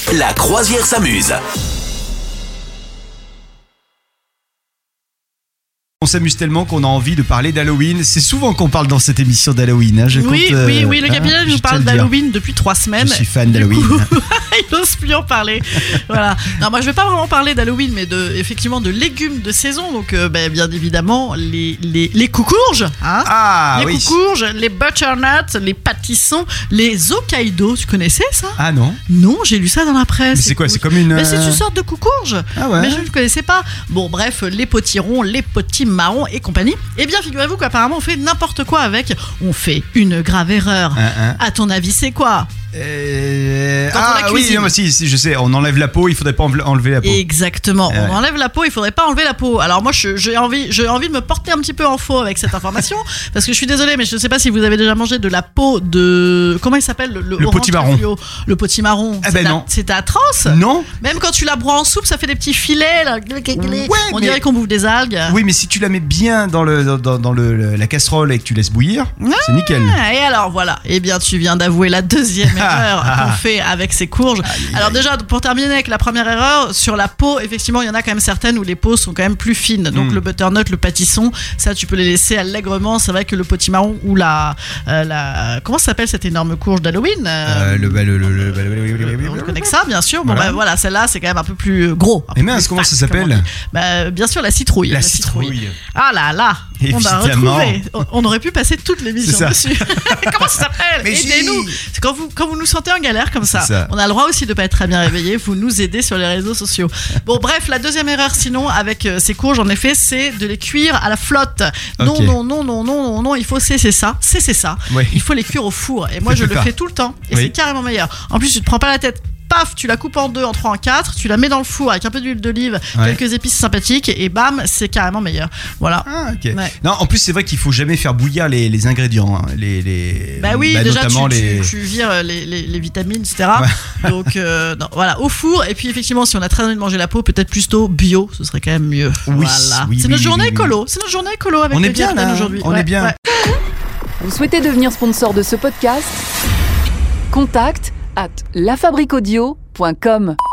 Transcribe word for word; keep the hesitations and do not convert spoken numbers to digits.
La croisière s'amuse. On s'amuse tellement qu'on a envie de parler d'Halloween. C'est souvent qu'on parle dans cette émission d'Halloween. Hein. Je oui, compte, euh, oui, oui, le capitaine hein, nous parle d'Halloween depuis trois semaines. Je suis fan du d'Halloween. Coup, il n'ose plus en parler. Voilà. Non, moi je vais pas vraiment parler d'Halloween, mais de, effectivement de légumes de saison. Donc, euh, ben, bien évidemment, les, les, les coucourges. Hein Ah les oui. coucourges, les butternuts, les pâtissons, les Hokkaido. Tu connaissais ça? Ah non. Non, j'ai lu ça dans la presse. Mais c'est quoi? C'est comme une. Mais c'est une sorte de coucourge. Ah ouais. Mais je ne connaissais pas. Bon, bref, les potirons, les petits marrons et compagnie. Eh bien, figurez-vous qu'apparemment, on fait n'importe quoi avec. On fait une grave erreur. Hein, hein. À ton avis, c'est quoi? Euh... Quand on Ah la oui, cuisine. non, mais si, si, je sais. On enlève la peau. Il faudrait pas enle- enlever la peau. Exactement. Ah ouais. On enlève la peau, il faudrait pas enlever la peau. Alors moi, je- j'ai envie, j'ai envie de me porter un petit peu en faux avec cette information, parce que je suis désolée, mais je ne sais pas si vous avez déjà mangé de la peau de, comment il s'appelle, le, Le orange potimarron. fluo. Le potimarron. Ah C'est ben a- non. C'est atroce. Non. Même quand tu la broies en soupe, ça fait des petits filets. Là. On mais- dirait qu'on bouffe des algues. Oui, mais si tu la mets bien dans le dans, dans le, le- la casserole et que tu laisses bouillir, c'est nickel. Ah, et alors voilà, eh bien tu viens d'avouer la deuxième erreur qu'on fait avec ces courges. Alors déjà, pour terminer avec la première erreur, sur la peau, effectivement, il y en a quand même certaines où les peaux sont quand même plus fines. Donc Mm. le butternut, le pâtisson, ça tu peux les laisser allègrement. C'est vrai que le potimarron ou la, euh, la comment ça s'appelle cette énorme courge d'Halloween Euh, le, bah, le, le, le, bah, le- le- le- le- on connaît que ça, bien sûr. Bon, Voilà. bah voilà, celle-là, c'est quand même un peu plus gros. un Et peu mince, plus comment fat, ça s'appelle? comme on dit. Bah, bien sûr, la citrouille. La citrouille. Ah là là, on a Évidemment. retrouvé. On- On aurait pu passer toute l'émission C'est ça. dessus. Comment ça s'appelle? Mais Aidez-nous. si. C'est quand vous, quand vous nous sentez en galère comme ça, C'est ça. on a le droit aussi de pas être très bien réveillé. Vous nous aidez sur les réseaux sociaux. Bon, bref, la deuxième erreur, sinon, avec euh, ces courges, en effet, c'est de les cuire à la flotte. Non, Ok. non, non, non, non, non, non, il faut cesser ça. Cesser ça. Oui. Il faut les cuire au four. Et moi, Faites je le pas. fais tout le temps. Et Oui. c'est carrément meilleur. En plus, tu te prends pas la tête. Paf, tu la coupes en deux, en trois, en quatre, tu la mets dans le four avec un peu d'huile d'olive, Ouais. quelques épices sympathiques, et bam, c'est carrément meilleur. Voilà. Ah, ok. Ouais. Non, en plus, c'est vrai qu'il faut jamais faire bouillir les, les ingrédients. hein. Les, les, Bah oui, déjà tu, notamment tu, les. tu vires les, les, les vitamines, et cetera. Donc euh, non, voilà, au four. Et puis effectivement, si on a très envie de manger la peau, peut-être plutôt bio, ce serait quand même mieux. Oui, voilà. oui, c'est oui, notre oui, journée oui, oui. écolo. C'est notre journée écolo avec On le est bien capitaine là. aujourd'hui. On Ouais, est bien. ouais. Vous souhaitez devenir sponsor de ce podcast? Contact à la fabrique audio point com.